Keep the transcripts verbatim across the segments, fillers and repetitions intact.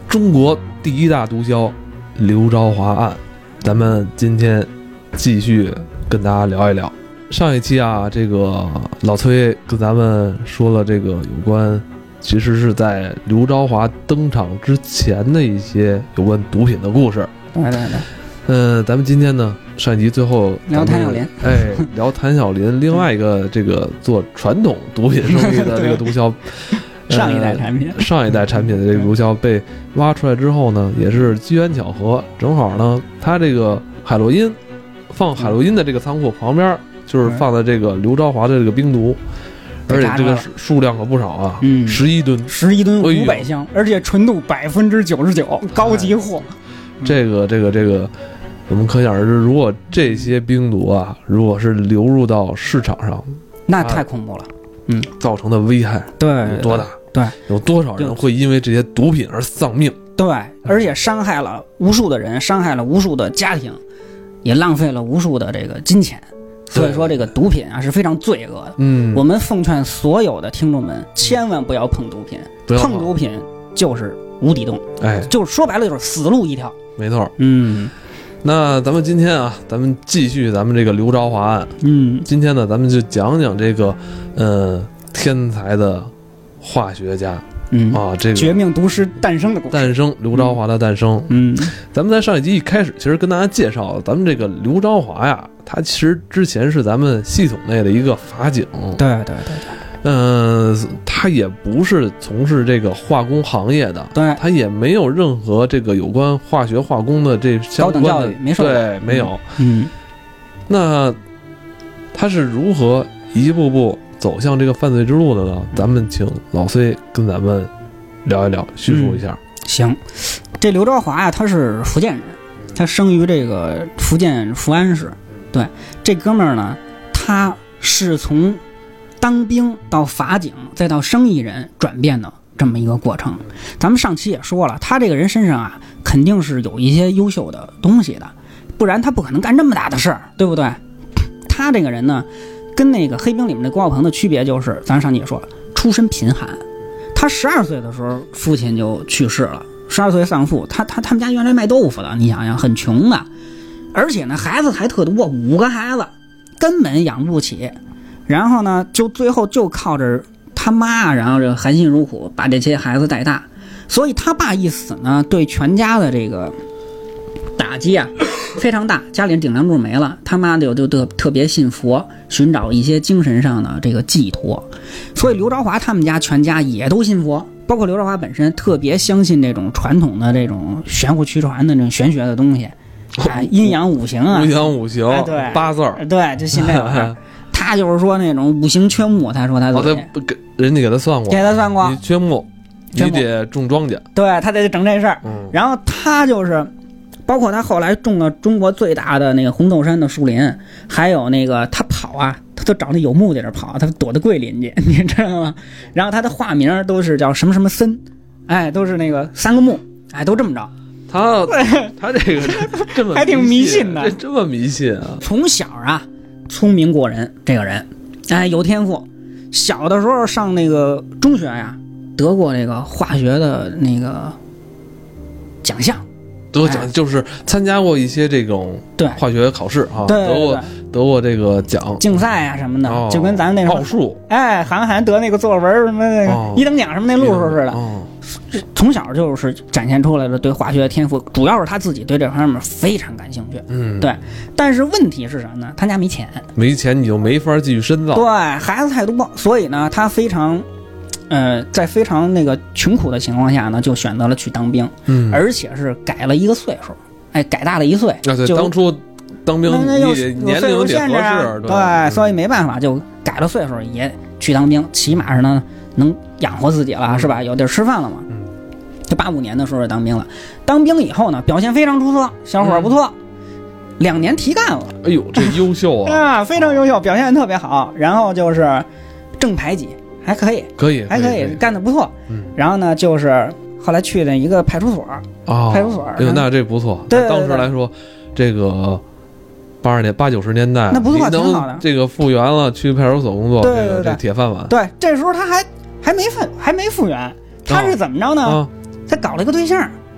中国第一大毒枭刘昭华案，咱们今天继续跟大家聊一聊。上一期啊，这个老崔跟咱们说了这个有关，其实是在刘昭华登场之前的一些有关毒品的故事。 对对对。 嗯、呃，咱们今天呢，上一集最后聊谭晓林， 哎，聊谭晓林，另外一个这个做传统毒品生意的这个毒枭。 上一代产品、 呃，上一代产品的这个毒枭被挖出来之后呢，也是机缘巧合，正好呢，他这个海洛因放海洛因的这个仓库旁边，就是放在这个刘昭华的这个冰毒，而且这个数量可不少啊， 嗯， 十一吨， 十一吨五百箱，而且纯度百分之九十九，高级货。 哎、这个这个这个，我们可想而知，如果这些冰毒啊，如果是流入到市场上， 那太恐怖了，嗯， 造成的危害对有多大？ 对， 有多少人会因为这些毒品而丧命？ 对，而且伤害了无数的人，伤害了无数的家庭，也浪费了无数的这个金钱。所以说，这个毒品啊是非常罪恶的。 嗯， 我们奉劝所有的听众们，千万不要碰毒品，碰毒品就是无底洞， 哎， 就是说白了就是死路一条。 没错， 嗯。 那咱们今天啊，咱们继续咱们这个刘昭华案。 嗯， 今天呢，咱们就讲讲这个，呃，天才的化学家， 嗯啊，这个绝命毒师诞生的故事， 诞生刘昭华的诞生。 嗯， 咱们在上一集一开始，其实跟大家介绍，咱们这个刘昭华呀，他其实之前是咱们系统内的一个法警。 对对对对。 嗯、呃，他也不是从事这个化工行业的， 对， 他也没有任何这个有关化学化工的这相关的高等教育没受， 对，没有。 嗯， 那他是如何一步步走向这个犯罪之路的呢？咱们请老崔跟咱们聊一聊，叙述一下。 嗯、行，这刘昭华呀，他是福建人，他生于这个福建福安市。对，这哥们儿呢，他是从当兵到法警再到生意人转变的这么一个过程。咱们上期也说了，他这个人身上啊肯定是有一些优秀的东西的，不然他不可能干这么大的事儿，对不对？他这个人呢跟那个黑兵里面的郭小鹏的区别就是，咱上期也说了，出身贫寒。他十二岁的时候父亲就去世了，十二岁丧父，他他他们家原来卖豆腐的，你想想很穷的，而且呢孩子还特多，五个孩子根本养不起。然后呢，就最后就靠着他妈，然后这个含辛茹苦把这些孩子带大。所以他爸一死呢，对全家的这个打击啊非常大，家里顶梁柱没了。他妈就就特特别信佛，寻找一些精神上的这个寄托。所以刘昭华他们家全家也都信佛，包括刘昭华本身特别相信这种传统的这种玄乎虚传的这种玄学的东西，啊，阴阳五行啊， 阴阳五行， 哎、对， 八字儿， 对，就信这个。他就是说那种五行缺木，他说他自己， 哦、他人家给他算过， 给他算过， 你缺木，你得种庄稼， 对他得整这事儿、 嗯。 然后他就是，包括他后来种了中国最大的那个红豆杉的树林，还有那个他跑啊，他都找那有木的地跑，他躲到桂林去，你知道吗？然后他的化名都是叫什么什么森，哎，都是那个三个木，哎，都这么着。 他他这个这么还挺迷信的， 这这么迷信啊！ 从小啊。聪明过人，这个人，哎，有天赋。小的时候上那个中学呀，得过那个化学的那个奖项， 得奖、哎、就是参加过一些这种对化学考试哈， 对对对对， 得过得过这个奖， 竞赛啊什么的， 哦、 就跟咱那奥数， 哎，韩寒得那个作文什么那个、哦、一等奖什么那路数似的。 哦， 从小就是展现出来的对化学的天赋，主要是他自己对这方面非常感兴趣。 嗯， 对。但是问题是什么呢？他家没钱， 没钱你就没法继续深造。 对，孩子太多，所以呢，他非常，呃，在非常那个穷苦的情况下呢，就选择了去当兵。 嗯， 而且是改了一个岁数，哎，改大了一岁。 啊，对，当初当兵你年龄得合适， 对，对，所以没办法就改了岁数也去当兵，起码是呢。能养活自己了、嗯、是吧？有地儿吃饭了嘛？嗯，就八五年的时候当兵了。当兵以后呢，表现非常出色，小伙不错，嗯、两年提干了。 哎呦，这优秀啊！ 啊，非常优秀，表现特别好。然后就是正排级，还可以， 可以， 还可以，干得不错。嗯，然后呢，就是后来去了一个派出所， 哦、 派出所。 哎呦，那这不错。 对， 当时来说，这个。八十年八九十年代， 那不错，挺好的。 这个复员了，去派出所工作， 对对对， 这个这铁饭碗。 对，这时候他还还没分，还没复员，他是怎么着呢？ 啊、 他搞了一个对象，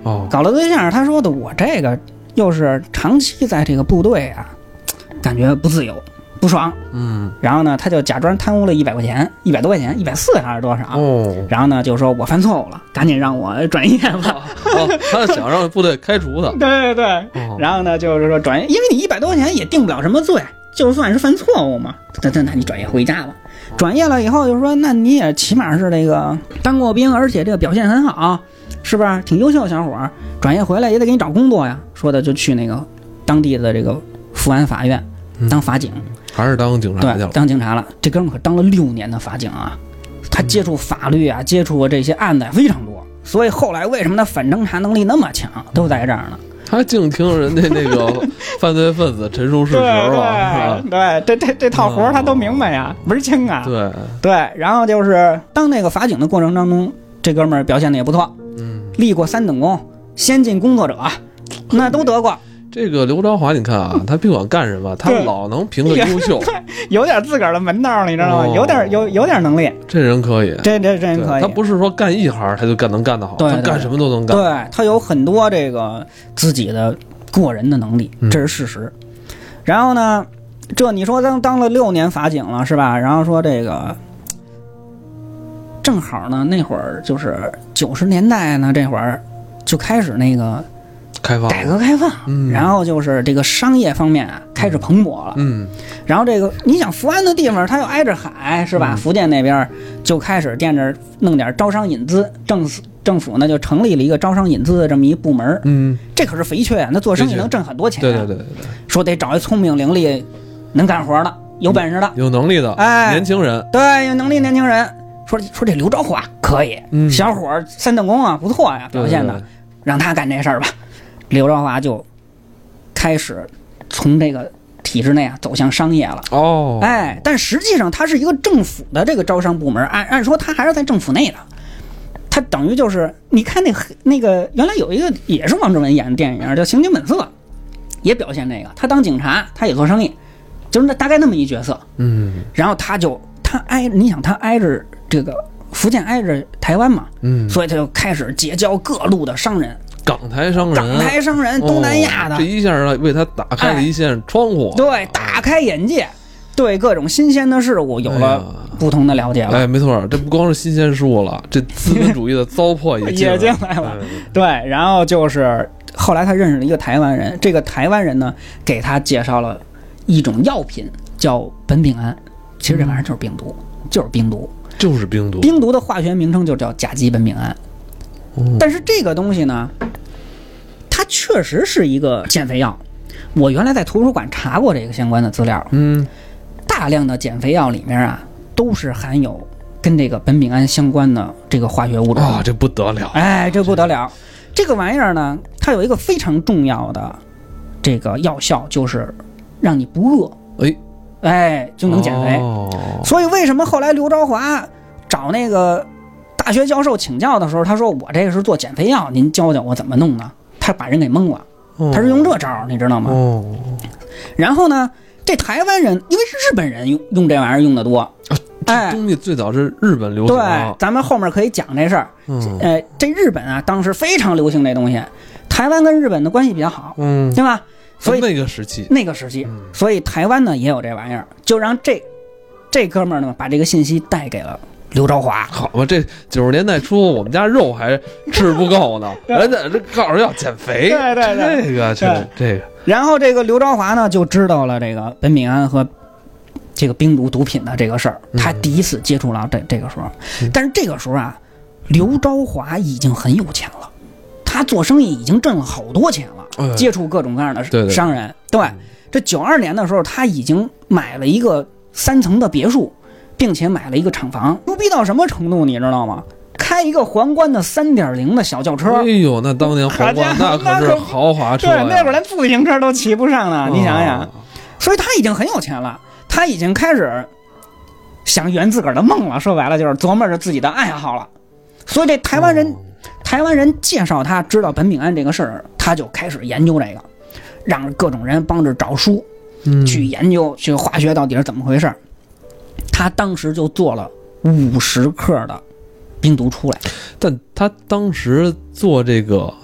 哦， 搞了对象，他说的我这个又是长期在这个部队啊，感觉不自由不爽， 嗯， 然后呢他就假装贪污了一百块钱，一百多块钱，一百四还是多少？ 哦， 然后呢就说我犯错误了，赶紧让我转业吧。 哦，他想让部队开除他。 对对对， 哦、 然后呢就是说转业，因为你一百多块钱也定不了什么罪，就算是犯错误嘛，那那那你转业回家吧。转业了以后就说，那你也起码是这个当过兵，而且这个表现很好，是不是挺优秀的小伙儿？转业回来也得给你找工作呀。说的就去那个当地的这个福安法院当法警。嗯， 还是当警察去了， 对，当警察了。这哥们可当了六年的法警啊，他接触法律啊，接触这些案子非常多，所以后来为什么他反侦查能力那么强，都在这儿呢。 他净听人家那个犯罪分子陈述事实了， 对对对，这这这套活他都明白呀，门清啊。 对对，然后就是当那个法警的过程当中，这哥们儿表现的也不错， 嗯， 立过三等功，先进工作者，那都得过。 这个刘朝华，你看啊，他别管干什么，他老能评个优秀， 有点自个儿的门道，你知道吗？哦、有点有有点能力， 这人可以， 这这这人可以。 他不是说干一行他就干能干得好， 对对对， 他干什么都能干。 对，他有很多这个自己的过人的能力，这是事实。嗯、然后呢，这你说当当了六年法警了是吧？然后说这个正好呢，那会儿就是九十年代呢，这会儿就开始那个。 开放改革开放、 嗯， 然后就是这个商业方面啊开始蓬勃了， 嗯， 然后这个你想福安的地方，它又挨着海，是吧？嗯、福建那边就开始惦着弄点招商引资，政政府呢就成立了一个招商引资的这么一部门， 嗯， 这可是肥缺啊，那做生意能挣很多钱、啊， 对对对对对， 说得找一聪明伶俐、能干活的、有本事的、 有能力的， 哎， 年轻人， 对，有能力年轻人，说说这刘朝华可以， 嗯， 小伙三等功啊，不错呀，表现的，对对对，让他干这事儿吧。刘朝华就开始从这个体制内啊走向商业了。 哦， 哎，但实际上他是一个政府的这个招商部门，按按说他还是在政府内的。他等于就是你看那个那个原来有一个也是王志文演的电影叫《刑警本色》，也表现这个，他当警察，他也做生意，就是那大概那么一角色。 嗯， 然后他就他挨，你想他挨着这个福建挨着台湾嘛， 嗯， 所以他就开始结交各路的商人。 港台商人， 港台商人，东南亚的， 哦、这一下为他打开了一线窗户， 哎、对，打开眼界，对各种新鲜的事物有了不同的了解了。 哎，没错，这不光是新鲜事物了，这资本主义的糟粕也也进来了。对，然后就是后来他认识了一个台湾人，这个台湾人呢给他介绍了一种药品，叫苯丙胺。其实这玩意儿就是病毒，嗯、就是冰毒， 就是冰毒。 冰毒的化学名称就叫甲基苯丙胺。嗯、但是这个东西呢，它确实是一个减肥药。我原来在图书馆查过这个相关的资料， 嗯， 大量的减肥药里面啊，都是含有跟这个苯丙胺相关的这个化学物质啊、哦，这不得了！ 哎，这不得了！这个玩意儿呢，它有一个非常重要的这个药效，就是让你不饿， 哎哎，就能减肥。 哦、 所以为什么后来刘朝华找那个大学教授请教的时候，他说我这个是做减肥药，您教教我怎么弄呢？他把人给蒙了，他是用这招，你知道吗？ 哦。 然后呢，这台湾人因为是日本人用用这玩意儿用的多， 啊，这东西最早是日本流行。 对，咱们后面可以讲这事儿。 嗯， 呃，这日本啊，当时非常流行这东西，台湾跟日本的关系比较好， 嗯， 对吧？所以那个时期， 那个时期， 嗯、 所以台湾呢也有这玩意儿，就让这这哥们儿呢把这个信息带给了刘朝华。 好吧，这九十年代初我们家肉还吃不够呢，人家这告诉要减肥， 对对对， 这个这这个。 然后这个刘朝华呢就知道了这个苯丙胺和这个冰毒毒品的这个事儿，他第一次接触了这这个时候， 嗯、 但是这个时候啊，刘朝华已经很有钱了，他做生意已经挣了好多钱了。 嗯、 接触各种各样的商人， 对, 对, 对，这九二年的时候，他已经买了一个三层的别墅，并且买了一个厂房，牛逼到什么程度，你知道吗？开一个皇冠的三点零的小轿车。 哎呦，那当年皇冠那可是豪华车、啊， 对，那会儿连自行车都骑不上呢，哦、你想想，所以他已经很有钱了，他已经开始想圆自个儿的梦了，说白了就是琢磨着自己的爱好了。所以这台湾人。哦台湾人介绍他知道苯丙胺这个事儿，他就开始研究这个，让各种人帮着找书， 嗯、 去研究这个化学到底是怎么回事。他当时就做了五十克的冰毒出来， 但他当时做这个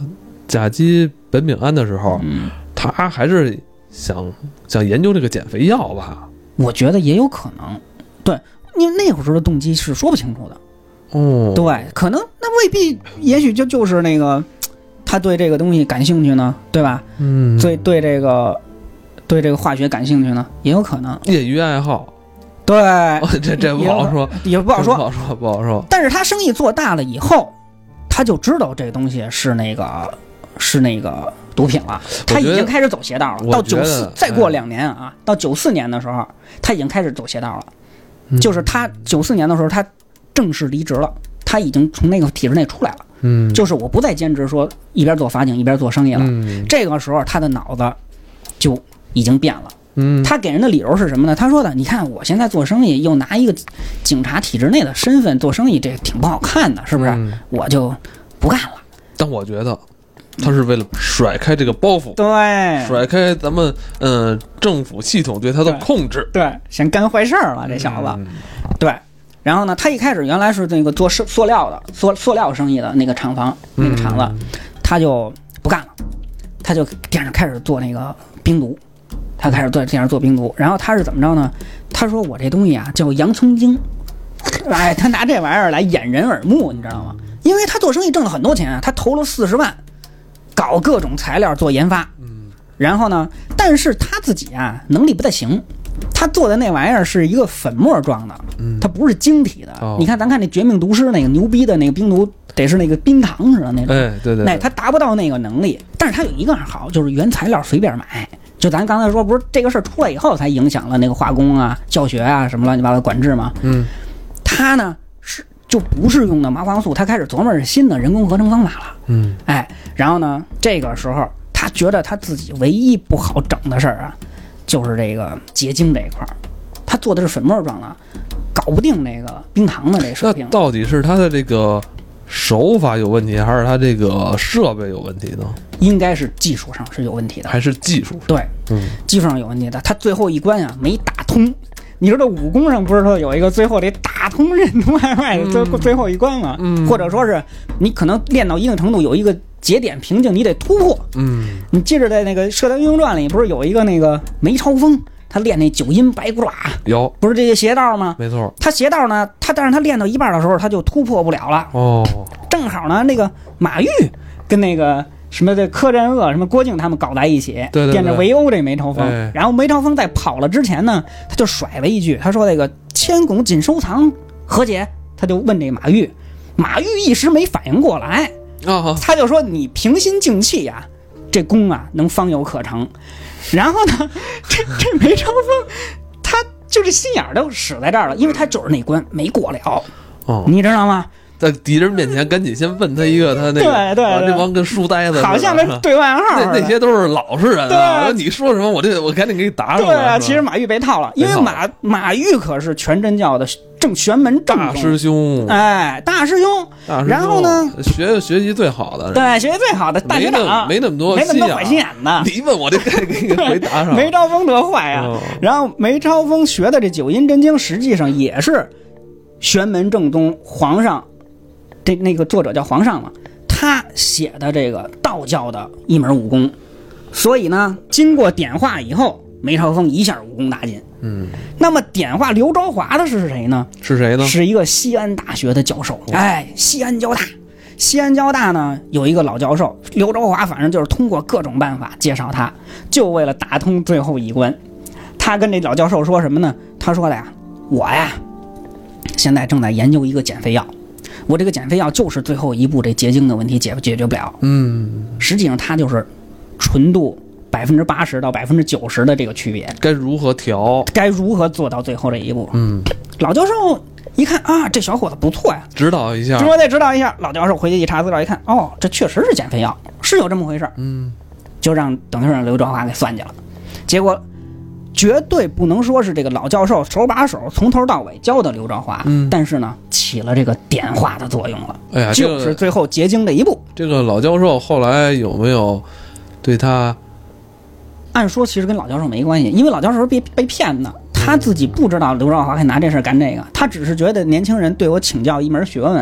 甲基苯丙胺的时候， 嗯， 他还是想想研究这个减肥药吧？ 我觉得也有可能，对，因为那会儿的动机是说不清楚的。 哦， 对，可能那未必，也许就就是那个他对这个东西感兴趣呢，对吧？ 嗯， 对对这个对这个化学感兴趣呢，也有可能。 业余爱好， 对， 哦、这这不好说， 也不好说， 不好说，不好说。 但是他生意做大了以后，他就知道这东西是那个是那个毒品了，他已经开始走邪道了。到九四，再过两年啊，到九四年的时候，他已经开始走邪道了。嗯、就是他九四年的时候，他正式离职了，他已经从那个体制内出来了。 嗯， 就是我不再兼职，说一边做法警一边做生意了。 嗯、 这个时候他的脑子就已经变了。 嗯， 他给人的理由是什么呢？他说的，你看我现在做生意，又拿一个警察体制内的身份做生意，这挺不好看的，是不是？嗯、我就不干了。 但我觉得他是为了甩开这个包袱， 对， 甩开咱们嗯、呃、政府系统对他的控制， 对，对想干坏事了，这小子，嗯、对。然后呢，他一开始原来是那个做塑料的塑塑料生意的那个厂房那个厂子，嗯、他就不干了，他就电视开始做那个冰毒，他开始做电视做冰毒。然后他是怎么着呢？他说我这东西啊叫洋葱精，哎，他拿这玩意儿来掩人耳目，你知道吗？因为他做生意挣了很多钱啊，他投了四十万，搞各种材料做研发， 嗯， 然后呢，但是他自己啊能力不太行。他做的那玩意儿是一个粉末状的， 嗯， 它不是晶体的。 哦、 你看，咱看那绝命毒师那个牛逼的那个冰毒，得是那个冰糖似的那种。 哎，对 对, 对， 那他达不到那个能力。但是他有一个好，就是原材料随便买。就咱刚才说，不是这个事儿出来以后才影响了那个化工啊、教学啊什么乱七八糟管制吗？ 嗯， 他呢是就不是用的麻黄素，他开始琢磨着新的人工合成方法了。 嗯， 哎，然后呢，这个时候他觉得他自己唯一不好整的事儿啊。就是这个结晶这一块，他做的是粉末状的，搞不定那个冰糖的这水平。 那到底是他的这个手法有问题，还是他这个设备有问题呢？ 应该是技术上是有问题的， 还是技术上？ 对， 嗯， 技术上有问题的。他最后一关啊没打通。你说这武功上不是说有一个最后得打通任督二脉的最、嗯、最后一关吗？ 嗯， 或者说是你可能练到一定程度有一个节点瓶颈，你得突破。 嗯， 你记着在那个《射雕英雄传》里不是有一个那个梅超风，他练那九阴白骨爪， 有不是这些邪道吗？ 没错， 他邪道呢，他但是他练到一半的时候他就突破不了了。 哦， 正好呢，那个马玉跟那个。什么这柯镇恶什么郭靖他们搞在一起， 对对对， 惦着围殴这梅超风、 哎。 然后梅超风在跑了之前呢，他就甩了一句，他说：“那个千拱锦收藏何解？”他就问这马玉，马玉一时没反应过来， 哦、 他就说：“你平心静气呀、啊，这功啊能方有可成。”然后呢，这这梅超风他就这心眼儿都使在这儿了，因为他就是那关没过了， 哦， 你知道吗？ 在敌人面前赶紧先问他一个他那个对对对， 这帮跟书呆子好像那对暗号， 那那些都是老实人啊。你说什么我这我赶紧给你答上。 对啊，其实马玉被套了，因为马马玉可是全真教的正玄门正大师兄， 哎，大师兄。 大师兄然后呢， 学学习最好的， 对，学习最好的大学长， 没那么多没那么多坏心眼的。 你问我这该给你回答上。 梅超风多坏啊！哦、然后梅超风学的这九阴真经，实际上也是玄门正宗皇上。这那个作者叫皇上嘛，他写的这个道教的一门武功，所以呢，经过点化以后，梅超风一下武功大进。 嗯， 那么点化刘昭华的是谁呢？ 是谁呢？ 是一个西安大学的教授。哎，西安交大，西安交大呢有一个老教授刘昭华，反正就是通过各种办法介绍他，就为了打通最后一关。他跟这老教授说什么呢？他说的呀，我呀，现在正在研究一个减肥药。我这个减肥药就是最后一步，这结晶的问题解解决不了。 嗯， 实际上它就是纯度百分之八十到百分之九十的这个区别。 该如何调？ 该如何做到最后这一步？ 嗯， 老教授一看啊，这小伙子不错呀， 指导一下， 我得指导一下。老教授回去一查资料，一看，哦，这确实是减肥药，是有这么回事。 嗯， 就让等于让刘昭华给算计了。结果绝对不能说是这个老教授手把手从头到尾教的刘昭华， 嗯， 但是呢，起了这个点化的作用了。 哎呀， 就是最后结晶的一步。 这个老教授后来有没有对他？ 按说其实跟老教授没关系，因为老教授是被被骗的，他自己不知道刘昭华还拿这事干这个，他只是觉得年轻人对我请教一门学问啊，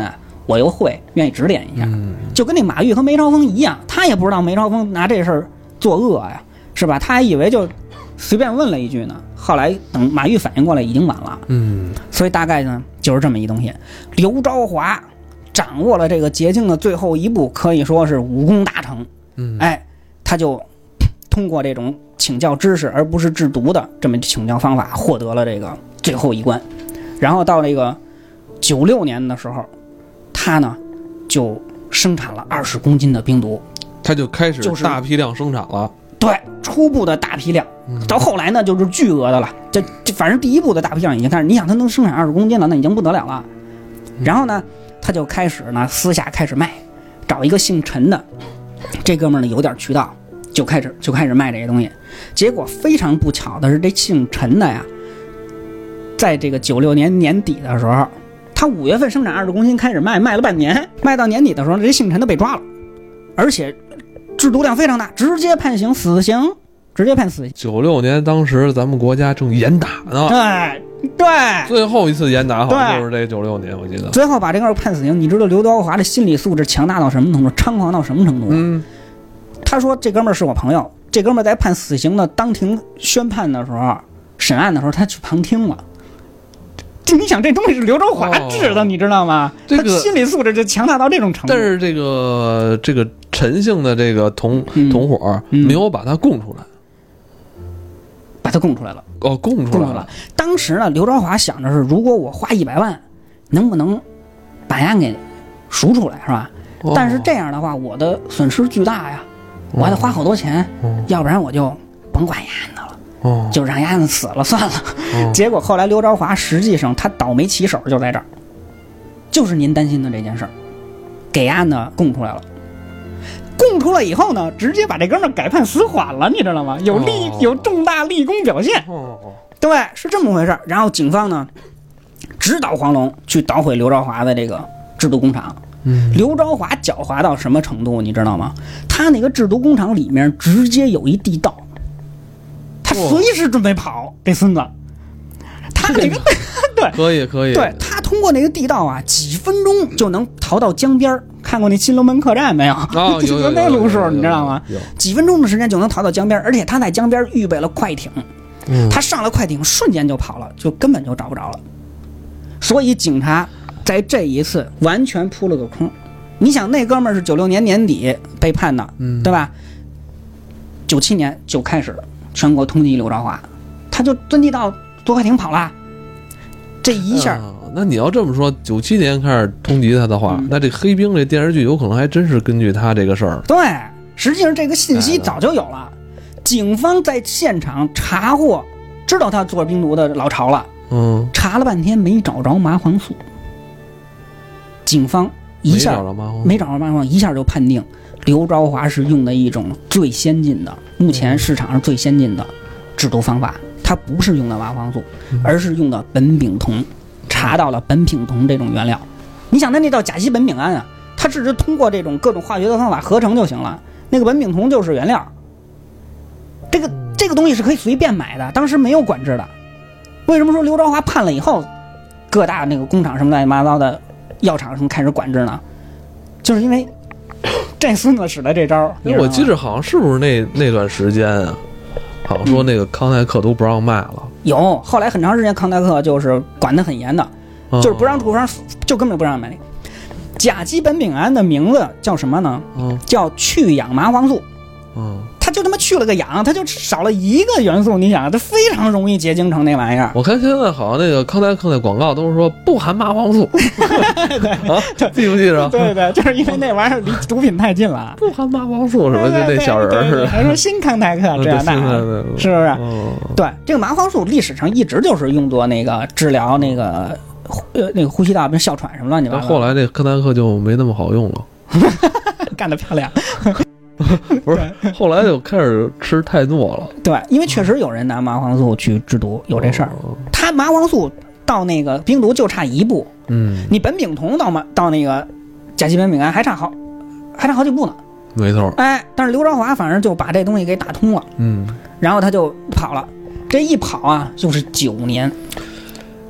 我又会，愿意指点一下。 嗯， 就跟那马玉和梅超风一样，他也不知道梅超风拿这事儿作恶呀，是吧？他还以为就随便问了一句呢。后来等马玉反应过来，已经晚了。 嗯， 所以大概呢就是这么一东西。刘昭华掌握了这个捷径的最后一步，可以说是武功大成。 嗯， 哎，他就通过这种请教知识而不是制毒的这么请教方法，获得了这个最后一关。然后到这个九六年的时候，他呢就生产了二十公斤的冰毒， 他就开始就是大批量生产了。 对，初步的大批量，到后来呢就是巨额的了。这这反正第一步的大批量已经开始，你想他能生产二十公斤了，那已经不得了了。然后呢，他就开始呢私下开始卖，找一个姓陈的，这哥们儿呢有点渠道，就开始就开始卖这些东西。结果非常不巧的是，这姓陈的呀，在这个九六年年底的时候，他五月份生产二十公斤开始卖，卖了半年，卖到年底的时候，这姓陈的被抓了，而且制毒量非常大，直接判刑死刑，直接判死刑。 九六年当时咱们国家正严打呢， 对对， 最后一次严打好像就是这九六年，我记得。 最后把这个人判死刑。你知道刘德华的心理素质强大到什么程度，猖狂到什么程度？ 嗯， 他说这哥们儿是我朋友，这哥们儿在判死刑的当庭宣判的时候，审案的时候他去旁听了。就你想这东西是刘德华制的，哦、你知道吗？这个他心理素质就强大到这种程度。 但是这个这个陈姓的这个同、嗯、同伙没有把他供出来， 嗯、把他供出来了。 哦，供出来了。 当时呢，刘德华想着是，如果我花一百万，能不能把案给赎出来，是吧？哦、但是这样的话，我的损失巨大呀，我还得花好多钱，哦、要不然我就甭管案子了。哦，就让案子死了算了。哦、结果后来刘朝华实际上他倒霉起手就在这儿，就是您担心的这件事儿，给案呢供出来了。供出来以后呢，直接把这哥们改判死缓了，你知道吗？有立、哦、有重大立功表现。哦，对，是这么回事。然后警方呢，指导黄龙去捣毁刘朝华的这个制毒工厂。嗯，刘朝华狡猾到什么程度，你知道吗？他那个制毒工厂里面直接有一地道。他随时准备跑，这孙子，他那个对， 可以可以， 对他通过那个地道啊，几分钟就能逃到江边。看过那《新龙门客栈》没有？ 哦，有有那路数，你知道吗？几分钟的时间就能逃到江边，而且他在江边预备了快艇，嗯、他上了快艇，瞬间就跑了，就根本就找不着了。所以警察在这一次完全扑了个空。你想，那哥们儿是九六年年底被判的，嗯、对吧？九七年就开始。全国通缉刘朝华，他就钻地道坐快艇跑了。这一下、 啊，那你要这么说，九七年开始通缉他的话，嗯、那这黑冰这电视剧有可能还真是根据他这个事儿。 对，实际上这个信息早就有了，警方在现场查获，知道他做冰毒的老巢了。嗯，查了半天没找着麻黄素，警方一下没找着麻黄素， 没找着麻黄素，一下就判定。刘朝华是用的一种最先进的，目前市场上最先进的制毒方法，它不是用的麻黄素，而是用的苯丙酮。查到了苯丙酮这种原料，你想，那那叫甲基苯丙胺啊，它只是通过这种各种化学的方法合成就行了。那个苯丙酮就是原料，这个这个东西是可以随便买的，当时没有管制的。为什么说刘朝华判了以后，各大那个工厂什么乱七八糟的药厂什么开始管制呢？就是因为。这孙子使的这招， 因为我记着好像是不是那那段时间啊，好像说那个康泰克都不让卖了。嗯、 有，后来很长时间康泰克就是管得很严的，哦、就是不让处方，就根本不让卖。甲基苯丙胺的名字叫什么呢？哦、叫去氧麻黄素。嗯，他就他妈去了个氧，他就少了一个元素。你想，它非常容易结晶成那玩意儿。 我看现在好像那个康泰克那广告都是说不含麻黄素， 对啊，记不记着？ 对对，就是因为那玩意儿离毒品太近了， 不含麻黄素什么，就那小人似的。 还说新康泰克这样那，是不是？哦、对，这个麻黄素历史上一直就是用作那个治疗那个呃那个呼吸道跟哮喘什么乱七八糟。 后来这康泰克就没那么好用了， 干得漂亮。 不是，后来就开始吃太多了。 对，因为确实有人拿麻黄素去制毒，有这事儿。他麻黄素到那个冰毒就差一步，嗯，你苯丙酮到嘛到那个甲基苯丙胺还差好，还差好几步呢。 没错。 哎，但是刘朝华反正就把这东西给打通了，嗯，然后他就跑了。这一跑啊，就是九年。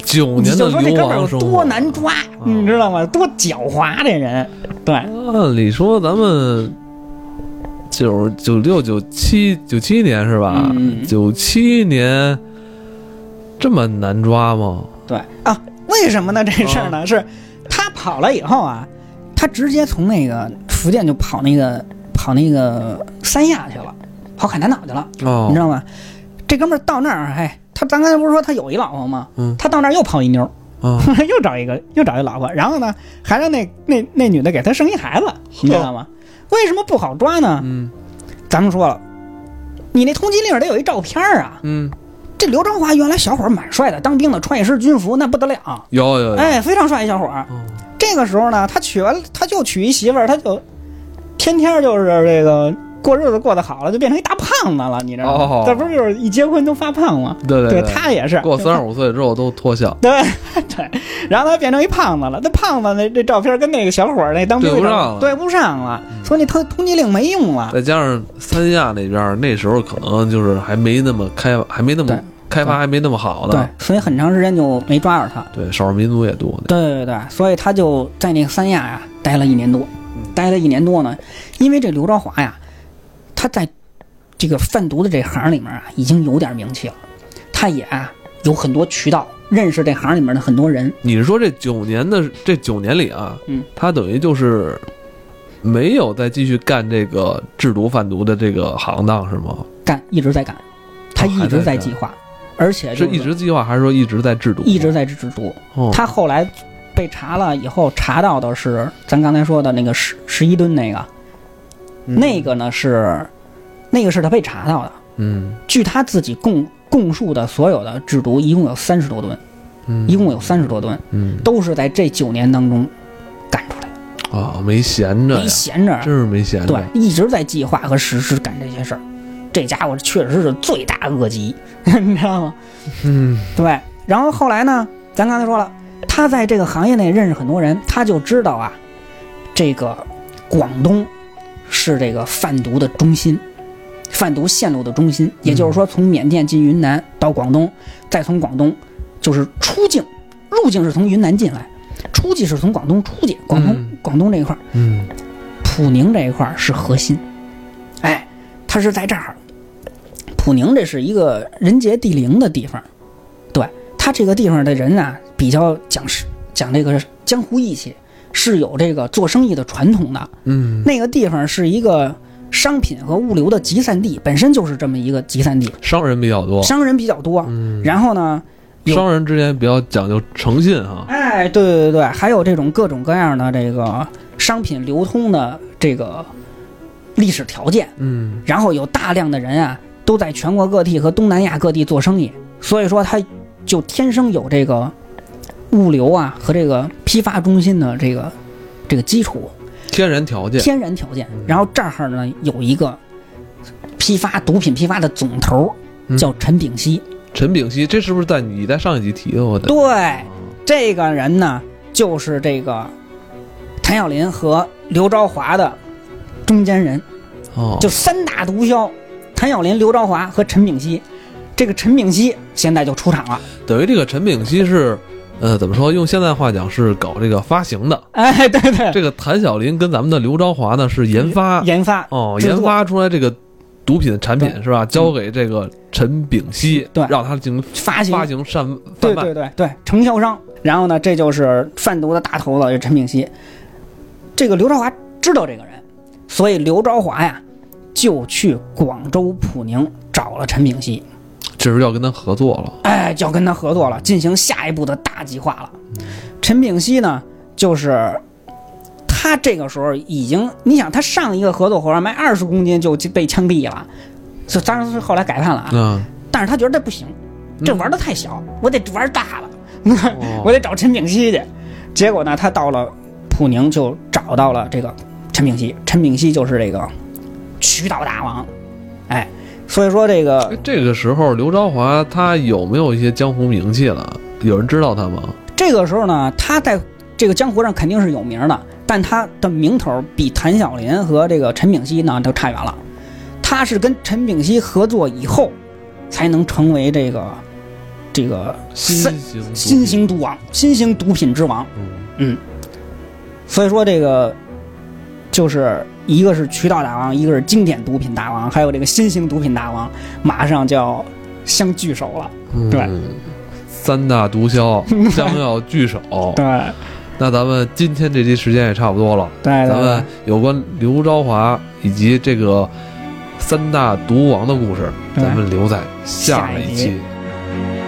九年的流亡生活多难抓，你知道吗？多狡猾这人。对， 按理说咱们九九六九七九七年是吧？九七、嗯、年这么难抓吗？ 对啊，为什么呢？这事儿呢、啊、是他跑了以后啊，他直接从那个福建就跑那个跑那个三亚去了，跑海南岛去了，哦、你知道吗？这哥们儿到那儿，哎，他咱刚才不是说他有一老婆吗？嗯，他到那儿又泡一妞，哦、又找一个又找一老婆，然后呢，还让那那那女的给他生一孩子，你知道吗？为什么不好抓呢？嗯，咱们说了，你那通缉令得有一照片啊。嗯，这刘朝华原来小伙蛮帅的，当兵的，穿一身军服，那不得了。 有有有， 哎，非常帅一小伙。嗯，这个时候呢，他娶完他就娶一媳妇儿，他就天天就是这个。过日子过得好了，就变成一大胖子了，你知道吗？哦、这不是就是一结婚都发胖吗？ 对对对, 对，他也是过三十五岁之后都脱相。 对对，然后他变成一胖子了，那胖子那这照片跟那个小伙那当兵对不上了， 对不上了，嗯、所以他通缉令没用了。 再加上三亚那边那时候可能就是还没那么开，还没那么开发，还没那么好呢。 对，所以很长时间就没抓着他。 对，少数民族也多。 对对对，所以他就在那个三亚呀待了一年多，待了一年多呢，因为这刘朝华呀。他在这个贩毒的这行里面啊，已经有点名气了。他也啊有很多渠道认识这行里面的很多人。 你是说这九年的这九年里啊，嗯，他等于就是没有再继续干这个制毒贩毒的这个行当是吗？ 干，一直在干，他一直在计划，而且、就是、 是一直计划还是说一直在制毒？ 一直在制毒。哦、他后来被查了以后，查到的是咱刚才说的那个十十一吨那个。那个呢是，那个是他被查到的。嗯，据他自己供供述的所有的制毒，一共有三十多吨，嗯，一共有三十多吨，嗯，都是在这九年当中干出来的。 啊、哦，没闲着， 没闲着， 真是没闲着。 对，一直在计划和实施干这些事儿。这家伙确实是罪大恶极，你知道吗？嗯，对。然后后来呢，咱刚才说了，他在这个行业内认识很多人，他就知道啊，这个广东。是这个贩毒的中心，贩毒线路的中心，也就是说，从缅甸进云南到广东，再从广东就是出境，入境是从云南进来，出境是从广东出去，广东、嗯、广东这一块，嗯，普宁这一块是核心，哎，它是在这儿，普宁这是一个人杰地灵的地方，对，它这个地方的人啊，比较讲讲这个江湖义气。是有这个做生意的传统的，嗯，那个地方是一个商品和物流的集散地，本身就是这么一个集散地， 商人比较多， 商人比较多，嗯，然后呢， 商人之间比较讲究诚信哈， 哎，对对对，还有这种各种各样的这个商品流通的这个历史条件，嗯，然后有大量的人啊都在全国各地和东南亚各地做生意，所以说他就天生有这个。物流啊和这个批发中心的这个这个基础， 天然条件， 天然条件。然后这儿呢有一个批发毒品批发的总头，叫陈炳熙。 嗯、陈炳熙，这是不是在你在上一集提过的？ 对，这个人呢就是这个谭晓林和刘朝华的中间人，哦，就三大毒枭，谭晓林、刘朝华和陈炳熙。这个陈炳熙现在就出场了， 等于这个陈炳熙是。呃，怎么说？用现在话讲是搞这个发行的， 哎，对对。 这个谭晓林跟咱们的刘朝华呢是研发， 研发哦，研发出来这个毒品产品是吧？交给这个陈炳熙， 对， 让他进行发行、 发行、贩贩卖， 对对对对，承销商。然后呢，这就是贩毒的大头子陈炳熙。这个刘朝华知道这个人，所以刘朝华呀就去广州普宁找了陈炳熙。 这是要跟他合作了， 哎，就要跟他合作了，进行下一步的大计划了。嗯、陈炳熙呢，就是他这个时候已经，你想他上一个合作伙伴卖二十公斤就被枪毙了，这当然是后来改判了啊。嗯、但是他觉得这不行，这玩的太小，嗯、我得玩大了，哦、我得找陈炳熙去。结果呢，他到了普宁就找到了这个陈炳熙，陈炳熙就是这个渠道大王，哎。所以说这个这个时候刘朝华他有没有一些江湖名气了？有人知道他吗？ 这个时候呢，他在这个江湖上肯定是有名的，但他的名头比谭晓林和这个陈炳熙呢都差远了。他是跟陈炳熙合作以后，才能成为这个这个新型新型毒王，新型毒品之王。 嗯嗯，所以说这个就是一个是渠道大王，一个是经典毒品大王，还有这个新型毒品大王，马上就要相聚首了。 嗯、 对， 三大毒枭将要聚首。 对， 那咱们今天这期时间也差不多了。 对，对咱们有关刘昭华以及这个三大毒王的故事，咱们留在下一期。 下一集